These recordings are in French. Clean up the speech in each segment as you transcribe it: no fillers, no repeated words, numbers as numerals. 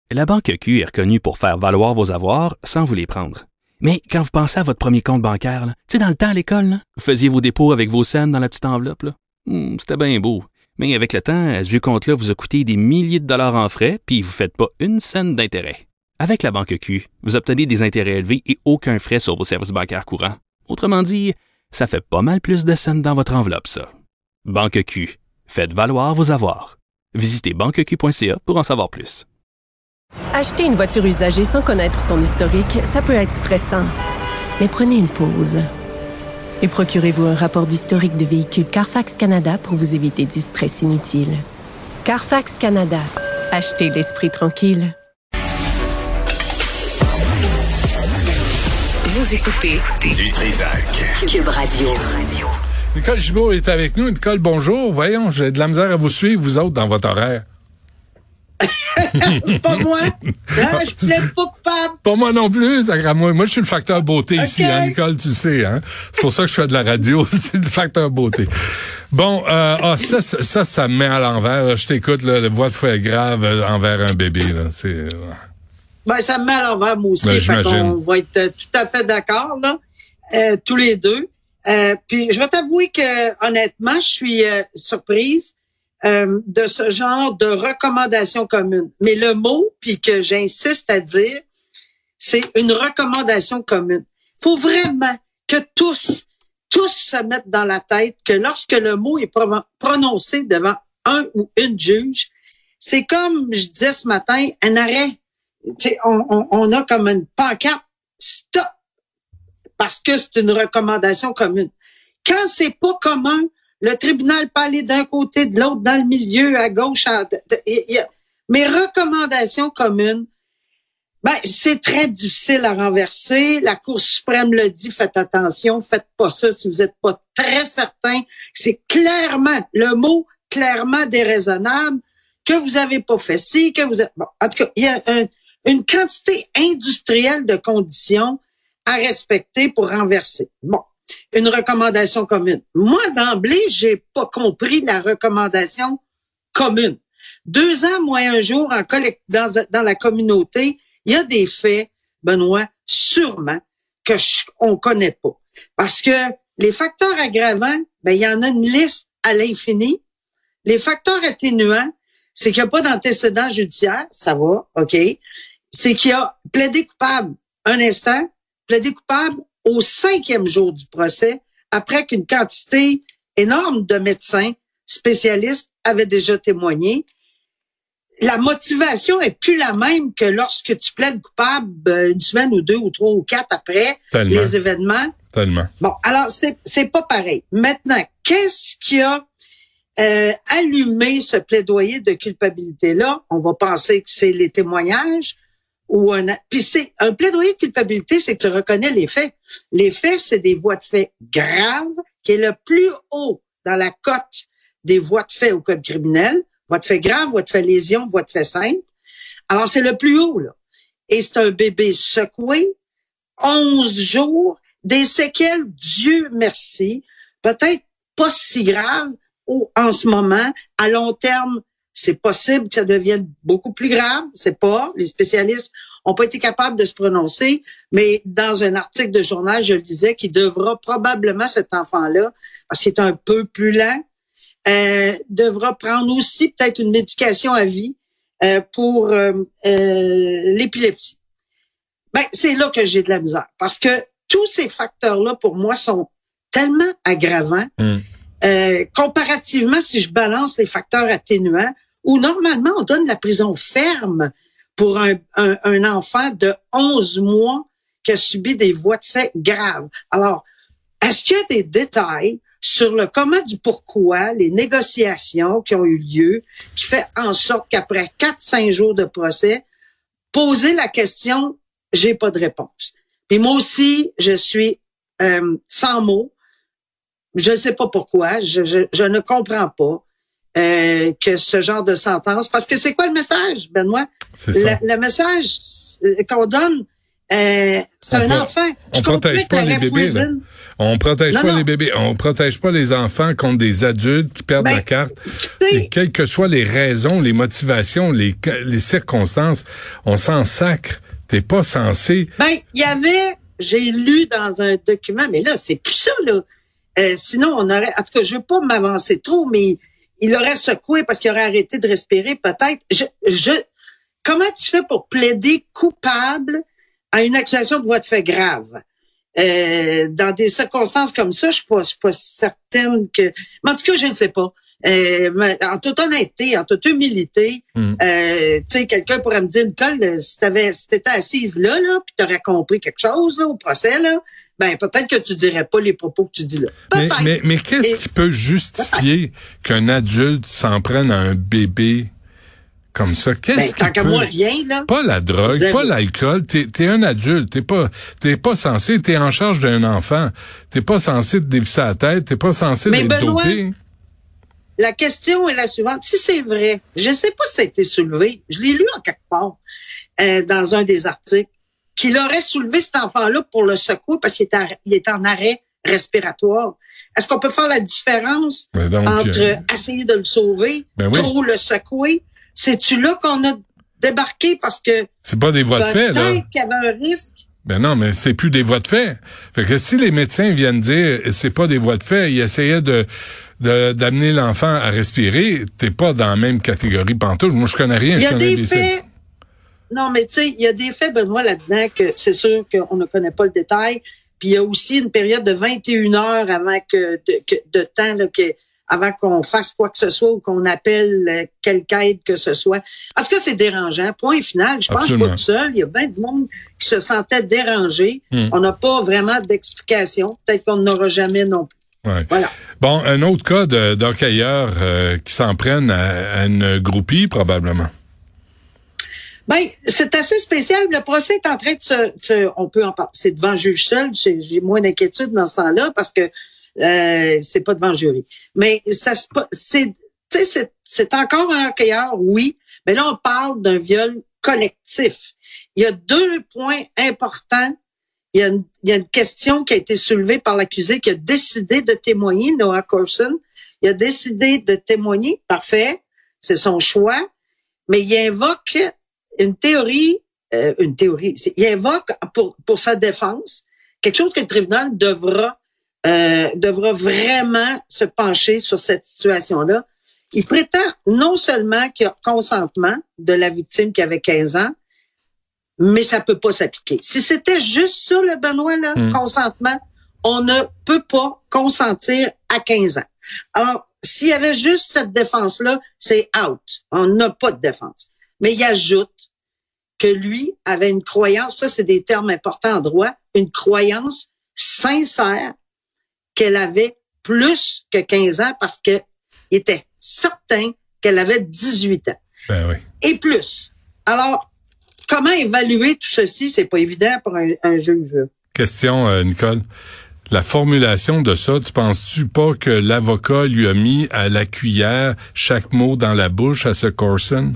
La Banque Q est reconnue pour faire valoir vos avoirs sans vous les prendre. Mais quand vous pensez à votre premier compte bancaire, tu sais, dans le temps à l'école, là, vous faisiez vos dépôts avec vos scènes dans la petite enveloppe. Là. C'était bien beau. Mais avec le temps, ce vieux compte-là vous a coûté des milliers de dollars en frais, puis vous ne faites pas une scène d'intérêt. Avec la Banque Q, vous obtenez des intérêts élevés et aucun frais sur vos services bancaires courants. Autrement dit, ça fait pas mal plus de scènes dans votre enveloppe, ça. Banque Q. Faites valoir vos avoirs. Visitez banqueq.ca pour en savoir plus. Acheter une voiture usagée sans connaître son historique, ça peut être stressant. Mais prenez une pause. Et procurez-vous un rapport d'historique de véhicule Carfax Canada pour vous éviter du stress inutile. Carfax Canada. Achetez l'esprit tranquille. Vous écoutez du Trizac. Cube Radio. Nicole Gibault est avec nous. Nicole, bonjour. Voyons, j'ai de la misère à vous suivre, vous autres, dans votre horaire. C'est pas moi. Je plaide pas coupable. Pas moi non plus, moi. Moi, je suis le facteur beauté ici, hein, Nicole, tu sais, hein. C'est pour ça que je fais de la radio, c'est le facteur beauté. Bon, ça me met à l'envers, là. Je t'écoute, là, la voix de foi grave envers un bébé, là. C'est... Ben, ça me met à l'envers, moi aussi. Ben, On va être tout à fait d'accord, là. Tous les deux. Puis, je vais t'avouer que, honnêtement, je suis surprise de ce genre de recommandations communes. Mais le mot, puis que j'insiste à dire, c'est une recommandation commune. Faut vraiment que tous se mettent dans la tête que lorsque le mot est prononcé devant un ou une juge, c'est comme je disais ce matin, un arrêt. T'sais, on a comme une pancarte, stop, parce que c'est une recommandation commune. Quand c'est pas commun, le tribunal peut aller d'un côté, de l'autre, dans le milieu, à gauche. Mes recommandations communes, ben c'est très difficile à renverser. La Cour suprême le dit, faites attention, faites pas ça si vous n'êtes pas très certain. C'est clairement, le mot clairement déraisonnable, que vous avez pas fait ci, que vous êtes... Bon, en tout cas, il y a une quantité industrielle de conditions à respecter pour renverser. Bon. Une recommandation commune. Moi, d'emblée, j'ai pas compris la recommandation commune. 2 ans moins un jour dans la communauté, il y a des faits, Benoît, sûrement, que on connaît pas. Parce que les facteurs aggravants, ben, il y en a une liste à l'infini. Les facteurs atténuants, c'est qu'il n'y a pas d'antécédent judiciaire, ça va, OK. C'est qu'il y a plaidé coupable un instant, plaidé coupable au 5e jour du procès, après qu'une quantité énorme de médecins spécialistes avaient déjà témoigné. La motivation est plus la même que lorsque tu plaides coupable une semaine ou 2 ou 3 ou 4 après les événements. Tellement. Bon, alors c'est pas pareil. Maintenant, qu'est-ce qui a allumé ce plaidoyer de culpabilité-là? On va penser que c'est les témoignages. Puis c'est un plaidoyer de culpabilité, c'est que tu reconnais les faits. Les faits, c'est des voies de fait graves, qui est le plus haut dans la cote des voies de fait au code criminel. Voies de fait grave, voies de fait lésion, voies de fait simple. Alors, c'est le plus haut, là. Et c'est un bébé secoué, 11 jours, des séquelles, Dieu merci, peut-être pas si graves en ce moment. À long terme, c'est possible que ça devienne beaucoup plus grave. C'est pas. Les spécialistes ont pas été capables de se prononcer. Mais dans un article de journal, je le disais, qu'il devra probablement, cet enfant-là, parce qu'il est un peu plus lent, devra prendre aussi peut-être une médication à vie pour l'épilepsie. Ben, c'est là que j'ai de la misère. Parce que tous ces facteurs-là, pour moi, sont tellement aggravants. Comparativement, si je balance les facteurs atténuants, où normalement, on donne la prison ferme pour un enfant de 11 mois qui a subi des voies de fait graves. Alors, est-ce qu'il y a des détails sur le comment du pourquoi, les négociations qui ont eu lieu, qui fait en sorte qu'après 4-5 jours de procès, poser la question, j'ai pas de réponse. Puis moi aussi, je suis sans mots. Je ne sais pas pourquoi, je ne comprends pas que ce genre de sentence, parce que c'est quoi le message, Benoît? Le message qu'on donne, c'est un enfant. On protège pas les bébés, là. On protège pas les bébés. On protège pas les enfants contre des adultes qui perdent la carte. Et quelles que soient les raisons, les motivations, les circonstances, on s'en sacre. T'es pas censé. J'ai lu dans un document, mais là, c'est plus ça, là. Sinon, on aurait, en tout cas, je veux pas m'avancer trop, mais il aurait secoué parce qu'il aurait arrêté de respirer, peut-être. Comment tu fais pour plaider coupable à une accusation de voie de fait grave? Dans des circonstances comme ça, je suis pas certaine que, mais en tout cas, je ne sais pas. En toute honnêteté, en toute humilité, tu sais, quelqu'un pourrait me dire, Nicole, si t'étais assise là, puis t'aurais compris quelque chose, là, au procès, là, ben, peut-être que tu dirais pas les propos que tu dis là. Mais qu'est-ce qui peut justifier qu'un adulte s'en prenne à un bébé comme ça? Tant qu'à moi, rien, là. Pas la drogue, pas l'alcool. T'es un adulte. T'es pas censé, t'es en charge d'un enfant. T'es pas censé te dévisser la tête. T'es pas censé d'être dopé. La question est la suivante. Si c'est vrai, je sais pas si ça a été soulevé. Je l'ai lu en quelque part, dans un des articles, qu'il aurait soulevé cet enfant-là pour le secouer parce qu'il est en arrêt respiratoire. Est-ce qu'on peut faire la différence entre essayer de le sauver ou le secouer? C'est-tu là qu'on a débarqué parce que c'est pas des voies de fait, là. Qu'il y avait un risque. Ben non, mais c'est plus des voies de fait. Fait que si les médecins viennent dire c'est pas des voies de fait, ils essayaient d'amener l'enfant à respirer, t'es pas dans la même catégorie pantoute. Moi, je connais rien, je connais des faits. Non, mais tu sais, il y a des faits, Benoît, là-dedans, que c'est sûr qu'on ne connaît pas le détail. Puis il y a aussi une période de 21 heures avant de temps, là, avant qu'on fasse quoi que ce soit ou qu'on appelle quelque aide que ce soit. En tout cas, c'est dérangeant. Point final. Je pense que je suis pas tout seul. Il y a bien de monde qui se sentait dérangé. On n'a pas vraiment d'explication. Peut-être qu'on n'aura jamais non plus. Ouais. Voilà. Bon, un autre cas d'hockeyeurs qui s'en prennent à une groupie, probablement. Ben, c'est assez spécial. Le procès est en train de on peut en parler. C'est devant le juge seul. J'ai moins d'inquiétude dans ce temps-là parce que c'est pas devant le jury. Mais c'est encore un hockeyeur, oui. Mais là, on parle d'un viol collectif. Il y a 2 points importants. Il y a une question qui a été soulevée par l'accusé qui a décidé de témoigner, Noah Corson. Il a décidé de témoigner. Parfait. C'est son choix. Mais il invoque une théorie. Il invoque pour sa défense quelque chose que le tribunal devra vraiment se pencher sur cette situation-là. Il prétend non seulement qu'il y a consentement de la victime qui avait 15 ans, mais ça peut pas s'appliquer. Si c'était juste ça, le Benoît, là, consentement, on ne peut pas consentir à 15 ans. Alors, s'il y avait juste cette défense-là, c'est out. On n'a pas de défense. Mais il ajoute que lui avait une croyance, ça c'est des termes importants en droit, une croyance sincère qu'elle avait plus que 15 ans parce que il était certain qu'elle avait 18 ans. Ben oui. Et plus. Alors, comment évaluer tout ceci? C'est pas évident pour un juge. Question, Nicole. La formulation de ça, tu penses-tu pas que l'avocat lui a mis à la cuillère chaque mot dans la bouche à ce Corson?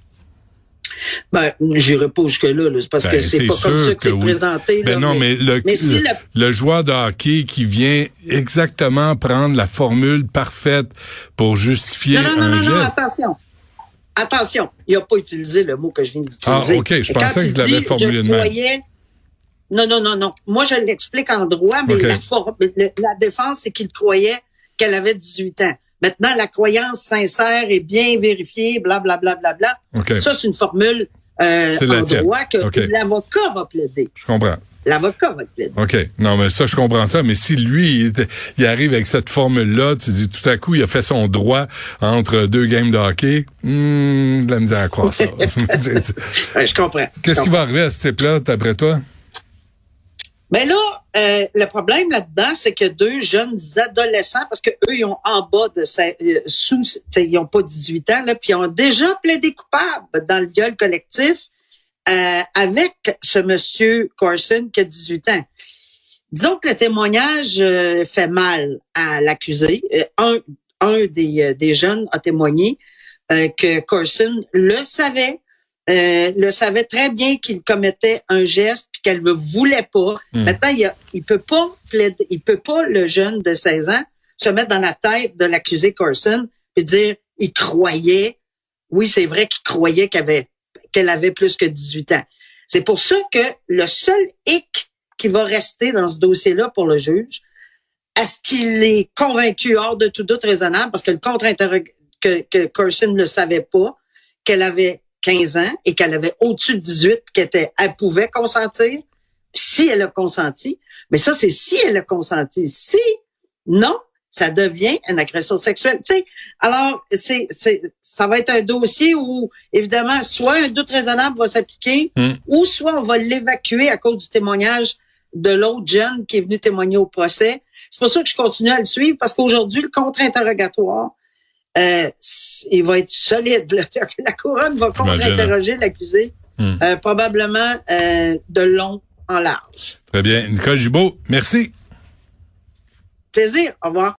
Ben, j'irai pas jusque-là, là. C'est parce que c'est pas comme ça que c'est présenté. Ben là, non, mais le joueur de hockey qui vient exactement prendre la formule parfaite pour justifier un geste. Non, attention. Il a pas utilisé le mot que je viens d'utiliser. Ah, OK, je pensais que je l'avais formulé de même. Non. Moi, je l'explique en droit, mais la défense, c'est qu'il croyait qu'elle avait 18 ans. Maintenant, la croyance sincère est bien vérifiée, blablabla. Okay. Ça, c'est une formule en droit que l'avocat va plaider. Je comprends. L'avocat va plaider. OK. Non, mais ça, je comprends ça. Mais si lui, il arrive avec cette formule-là, tu dis tout à coup, il a fait son droit entre 2 games de hockey, de la misère à croire ça. Je comprends. Qu'est-ce qui va arriver à ce type-là, d'après toi? Mais là, le problème là-dedans, c'est que 2 jeunes adolescents, parce que eux, ils ont en bas de ils ont pas 18 ans, là, puis ils ont déjà plaidé coupable dans le viol collectif avec ce monsieur Corson qui a 18 ans. Disons que le témoignage fait mal à l'accusé. Un des jeunes a témoigné que Corson le savait, le savait très bien qu'il commettait un geste puis qu'elle ne voulait pas. Maintenant, il peut pas le jeune de 16 ans se mettre dans la tête de l'accusé Carson et dire il croyait. Oui, c'est vrai qu'il croyait qu'elle avait plus que 18 ans. C'est pour ça que le seul hic qui va rester dans ce dossier-là pour le juge, est-ce qu'il est convaincu hors de tout doute raisonnable, parce que le contre-interrogatoire que Carson ne le savait pas, qu'elle avait 15 ans et qu'elle avait au-dessus de 18, elle pouvait consentir, si elle a consenti. Mais ça, c'est si elle a consenti. Si non, ça devient une agression sexuelle. Tu sais, alors, ça va être un dossier où, évidemment, soit un doute raisonnable va s'appliquer, ou soit on va l'évacuer à cause du témoignage de l'autre jeune qui est venu témoigner au procès. C'est pour ça que je continue à le suivre, parce qu'aujourd'hui, le contre-interrogatoire, il va être solide. La couronne va contre-interroger l'accusé, probablement de long en large. Très bien. Nicole Gibault, merci. Plaisir. Au revoir.